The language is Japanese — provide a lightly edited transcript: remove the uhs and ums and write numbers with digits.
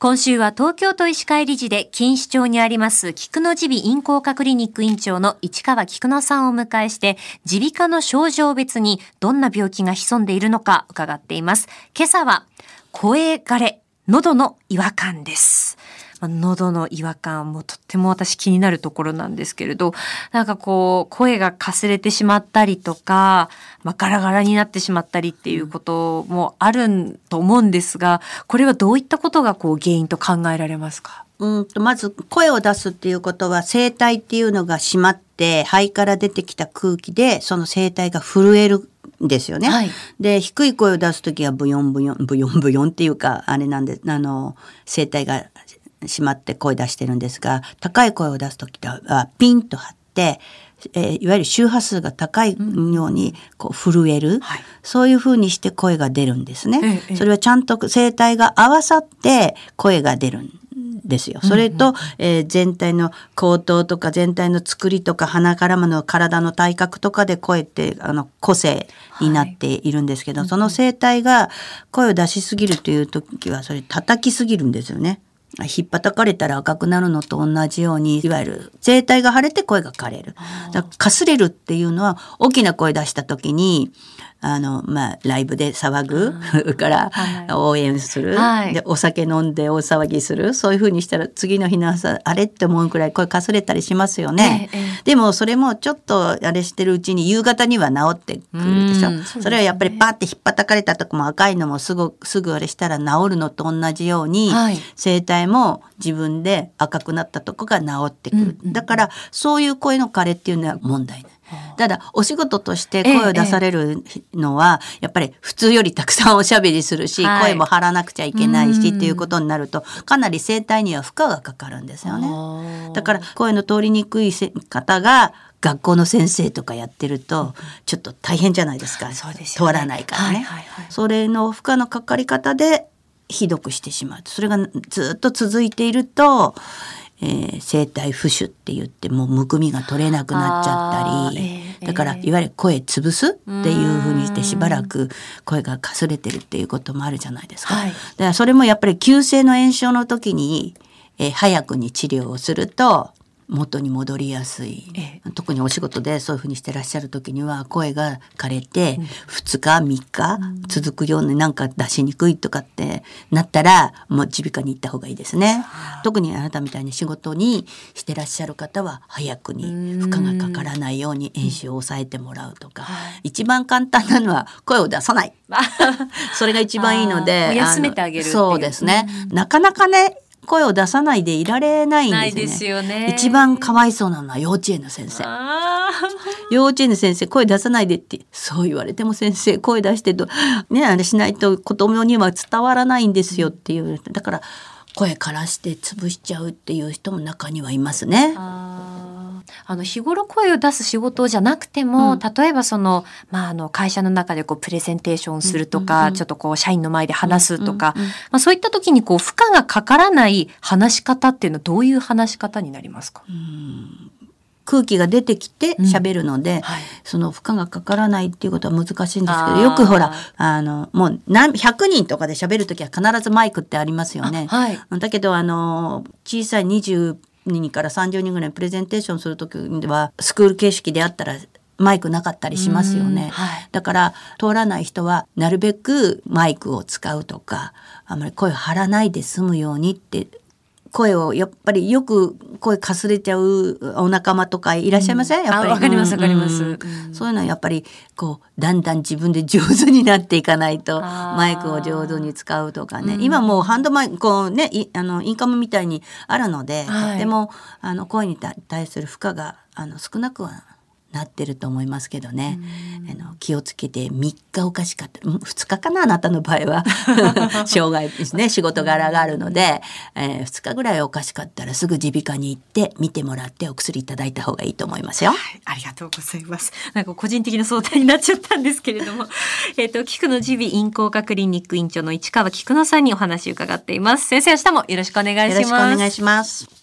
今週は東京都医師会理事で錦糸町にあります菊野耳鼻咽喉科クリニック院長の市川菊野さんをお迎えして耳鼻科の症状別にどんな病気が潜んでいるのか伺っています。今朝は声枯れ、喉の違和感です。喉の違和感もとっても私気になるところなんですけれど、なんかこう声がかすれてしまったりとか、ガラガラになってしまったりっていうこともあると思うんですが、これはどういったことが原因と考えられますか？ まず声を出すっていうことは声帯っていうのが締まって肺から出てきた空気でその声帯が震えるんですよね。はい、で低い声を出すときはブヨンブヨンブヨンブヨンっていうかあれなんで声帯が締まって声出してるんですが、高い声を出すときはピンと張って、いわゆる周波数が高いように震える、そういう風にして声が出るんですね。それはちゃんと声帯が合わさって声が出るんですよ。それと、全体の口頭とか全体の作りとか鼻からの体の体格とかで声って個性になっているんですけど、その声帯が声を出しすぎるという時はそれ叩きすぎるんですよね。引っ叩かれたら赤くなるのと同じように、いわゆる声帯が腫れて声が枯れる。だからかすれるっていうのは大きな声出した時にライブで騒ぐから応援する、でお酒飲んで大騒ぎする、そういう風にしたら次の日の朝あれって思うくらい声かすれたりしますよね。でもそれもちょっとあれしてるうちに夕方には治ってくるでしょ。それはやっぱりパーって引っ叩かれたとこも赤いのもすぐあれしたら治るのと同じように、声帯も自分で赤くなったとこが治ってくる。だからそういう声の枯れっていうのは問題ない。ただお仕事として声を出されるのはやっぱり普通よりたくさんおしゃべりするし、声も張らなくちゃいけないしっていうことになるとかなり声帯には負荷がかかるんですよね。だから声の通りにくい方が学校の先生とかやってるとちょっと大変じゃないですか。通らないからね。それの負荷のかかり方でひどくしてしまう。それがずっと続いていると声帯浮腫って言ってもうむくみが取れなくなっちゃったり、だからいわゆる声潰すっていう風にしてしばらく声がかすれてるっていうこともあるじゃないですか。だからそれもやっぱり急性の炎症の時に、早くに治療をすると元に戻りやすい。特にお仕事でそういうふうにしてらっしゃる時には声が枯れて2日3日続くようになんか出しにくいとかってなったらもう耳鼻科に行った方がいいですね。特にあなたみたいに仕事にしてらっしゃる方は早くに負荷がかからないように炎症を抑えてもらうとか、一番簡単なのは声を出さないそれが一番いいので休めてあげるっていう。 そうですね、なかなかね声を出さないでいられないんですよね。 ないですよね。 一番かわいそうなのは幼稚園の先生。幼稚園の先生声出さないでってそう言われても先生声出してとねあれしないと子供には伝わらないんですよっていう。だから声からして潰しちゃうっていう人も中にはいますね。 日頃声を出す仕事じゃなくても、例えば会社の中でプレゼンテーションするとか、ちょっと社員の前で話すとか、そういった時に負荷がかからない話し方っていうのはどういう話し方になりますか？ 空気が出てきて喋るので、その負荷がかからないっていうことは難しいんですけど、よくほらもう100人とかで喋るときは必ずマイクってありますよね。だけど小さい20人から30人ぐらいプレゼンテーションするときにはスクール形式であったらマイクなかったりしますよね。だから通らない人はなるべくマイクを使うとか、あまり声を張らないで済むようにって声をやっぱりよく声かすれちゃうお仲間とかいらっしゃいません？やっぱりわかりますわかります。 そういうのはやっぱりだんだん自分で上手になっていかないとマイクを上手に使うとかね。今もうハンドマイクインカムみたいにあるので、とても声に対する負荷が少なくはなってると思いますけどね。気をつけて3日おかしかった2日かなあなたの場合は障害ですね仕事柄があるので、2日ぐらいおかしかったらすぐ耳鼻科に行って見てもらってお薬いただいた方がいいと思いますよ。 ありがとうございます。なんか個人的な相談になっちゃったんですけれども菊野耳鼻咽喉科クリニック院長の市川菊野さんにお話を伺っています。先生、明日もよろしくお願いします。 よろしくお願いします。